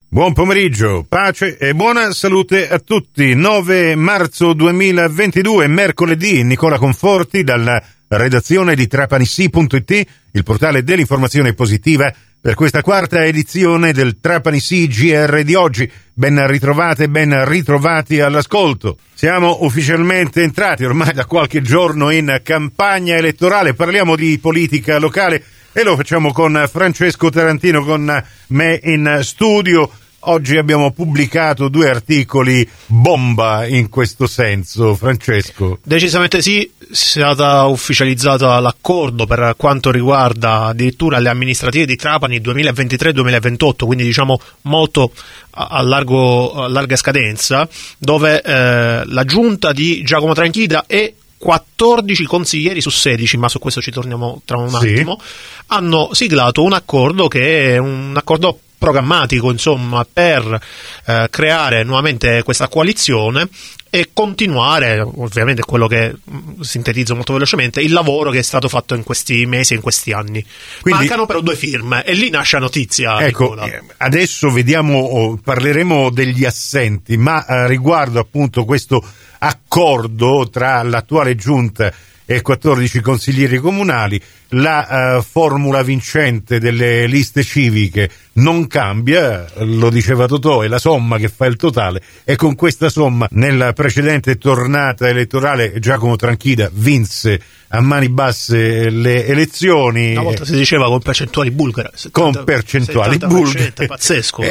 Buon pomeriggio, pace e buona salute a tutti. 9 marzo 2022, mercoledì, Nicola Conforti dalla redazione di Trapanissi.it, il portale dell'informazione positiva, per questa quarta edizione del Trapanissi GR di oggi. Ben ritrovate, ben ritrovati all'ascolto. Siamo ufficialmente entrati ormai da qualche giorno in campagna elettorale, parliamo di politica locale e lo facciamo con Francesco Tarantino, con me in studio. Oggi abbiamo pubblicato 2 articoli bomba in questo senso, Francesco. Decisamente sì, è stata ufficializzata l'accordo per quanto riguarda addirittura le amministrative di Trapani 2023-2028, quindi diciamo molto a larga scadenza, dove la giunta di Giacomo Tranchida e 14 consiglieri su 16, ma su questo ci torniamo tra un attimo, hanno siglato un accordo che è un accordo programmatico, insomma, per creare nuovamente questa coalizione e continuare, ovviamente quello che sintetizzo molto velocemente, il lavoro che è stato fatto in questi mesi e in questi anni. Quindi, mancano però 2 firme e lì nasce la notizia. Ecco, adesso vediamo, parleremo degli assenti, ma riguardo appunto questo accordo tra l'attuale giunta e 14 consiglieri comunali, la formula vincente delle liste civiche non cambia, lo diceva Totò, è la somma che fa il totale, e con questa somma nella precedente tornata elettorale Giacomo Tranchida vinse a mani basse le elezioni. Una volta si diceva con percentuali bulgare. Con percentuali bulgare. Pazzesco.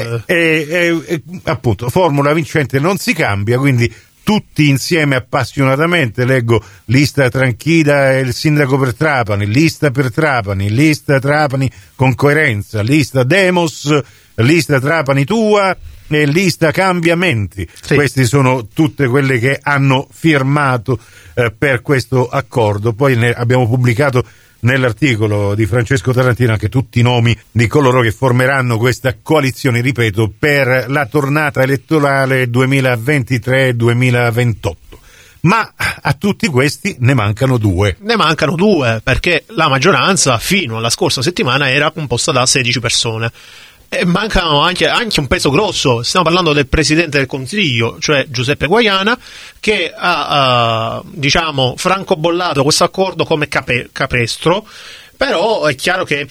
Appunto, formula vincente non si cambia, quindi tutti insieme appassionatamente, leggo lista Tranchida e il sindaco per Trapani, lista per Trapani, lista Trapani con coerenza, lista Demos, lista Trapani tua e lista Cambiamenti. Sì. Queste sono tutte quelle che hanno firmato per questo accordo. Poi ne abbiamo pubblicato nell'articolo di Francesco Tarantino anche tutti i nomi di coloro che formeranno questa coalizione, ripeto, per la tornata elettorale 2023-2028. Ma a tutti questi ne mancano 2. Ne mancano 2 perché la maggioranza fino alla scorsa settimana era composta da 16 persone. E mancano anche un peso grosso. Stiamo parlando del Presidente del Consiglio, cioè Giuseppe Guaiana, che ha diciamo francobollato questo accordo come capestro. Però è chiaro che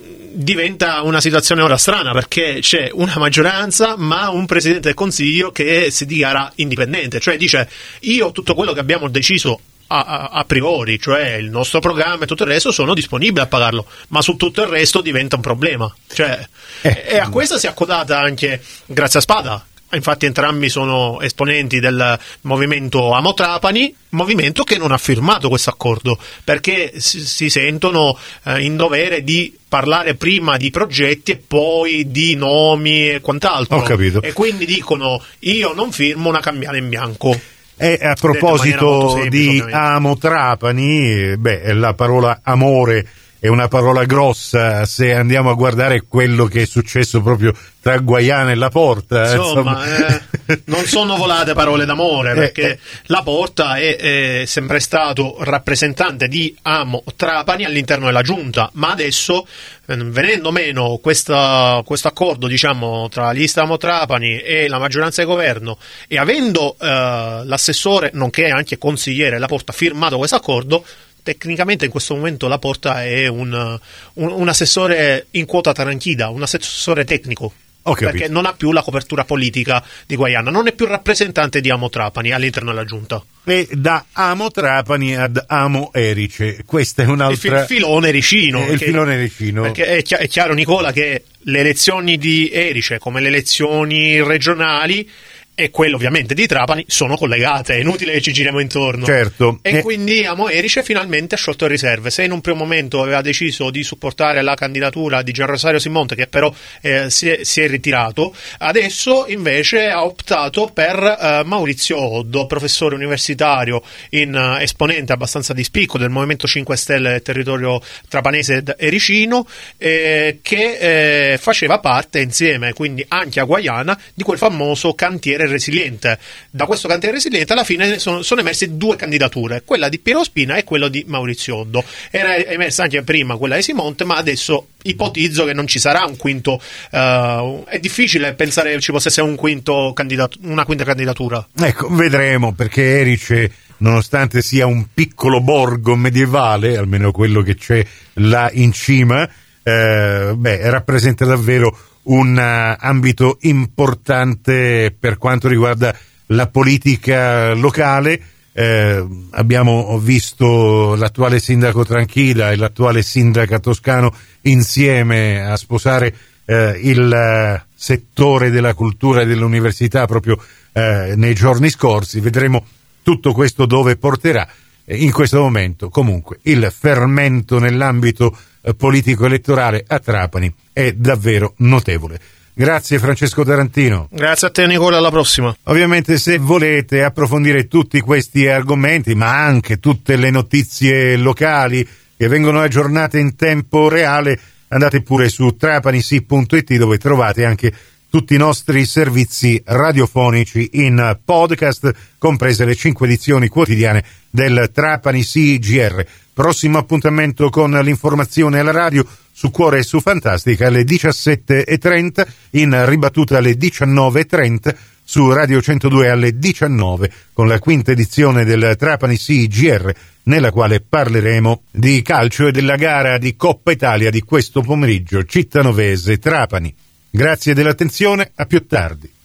diventa una situazione ora strana, perché c'è una maggioranza ma un Presidente del Consiglio che si dichiara indipendente, cioè dice: io tutto quello che abbiamo deciso a priori, cioè il nostro programma e tutto il resto, sono disponibile a pagarlo, ma su tutto il resto diventa un problema. Cioè, e a questo si è accodata anche Grazia Spada. Infatti entrambi sono esponenti del movimento Amo Trapani, movimento che non ha firmato questo accordo perché si sentono in dovere di parlare prima di progetti e poi di nomi e quant'altro. Ho capito. E quindi dicono: io non firmo una cambiale in bianco. E a proposito semplice, di ovviamente. Amo Trapani, la parola amore è una parola grossa se andiamo a guardare quello che è successo proprio tra Guaiana e Laporta. Insomma. Non sono volate parole d'amore, perché Laporta è sempre stato rappresentante di Amo Trapani all'interno della giunta, ma adesso, venendo meno questo accordo, diciamo, tra lista Amo Trapani e la maggioranza di governo, e avendo l'assessore nonché anche consigliere Laporta firmato questo accordo, tecnicamente in questo momento Laporta è un assessore in quota Tranchida, un assessore tecnico. Perché non ha più la copertura politica di Guaiana, non è più rappresentante di Amo Trapani all'interno della giunta. E da Amo Trapani ad Amo Erice, questa è un'altra... Il filone ericino. Il filone ericino. Perché è chiaro, Nicola, che le elezioni di Erice, come le elezioni regionali e quelle ovviamente di Trapani, sono collegate, è inutile che ci giriamo intorno. Certo. E quindi Amo Erice finalmente ha sciolto le riserve. Se in un primo momento aveva deciso di supportare la candidatura di Gian Rosario Simonte, che però si è ritirato, adesso invece ha optato per Maurizio Oddo, professore universitario, esponente abbastanza di spicco del Movimento 5 Stelle del territorio trapanese ericino, che faceva parte insieme quindi anche a Guaiana di quel famoso cantiere resiliente. Da questo cantiere resiliente alla fine sono emerse due candidature, quella di Piero Spina e quella di Maurizio Oddo. Era emersa anche prima quella di Simonte, ma adesso ipotizzo che non ci sarà un quinto. È difficile pensare che ci possa essere una quinta candidatura. Ecco, vedremo, perché Erice, nonostante sia un piccolo borgo medievale, almeno quello che c'è là in cima, rappresenta davvero un ambito importante per quanto riguarda la politica locale. Abbiamo visto l'attuale sindaco Tranchilla e l'attuale sindaca Toscano insieme a sposare il settore della cultura e dell'università proprio nei giorni scorsi. Vedremo tutto questo dove porterà. In questo momento comunque il fermento nell'ambito politico elettorale a Trapani è davvero notevole. Grazie Francesco Tarantino. Grazie a te Nicola, alla prossima. Ovviamente se volete approfondire tutti questi argomenti, ma anche tutte le notizie locali che vengono aggiornate in tempo reale, andate pure su trapanisi.it, dove trovate anche tutti i nostri servizi radiofonici in podcast, comprese le 5 edizioni quotidiane del Trapani CGR. Prossimo appuntamento con l'informazione alla radio su Cuore e su Fantastica alle 17:30, in ribattuta alle 19:30 su Radio 102 alle 19, con la quinta edizione del Trapani CGR, nella quale parleremo di calcio e della gara di Coppa Italia di questo pomeriggio, Cittanovese-Trapani. Grazie dell'attenzione, a più tardi.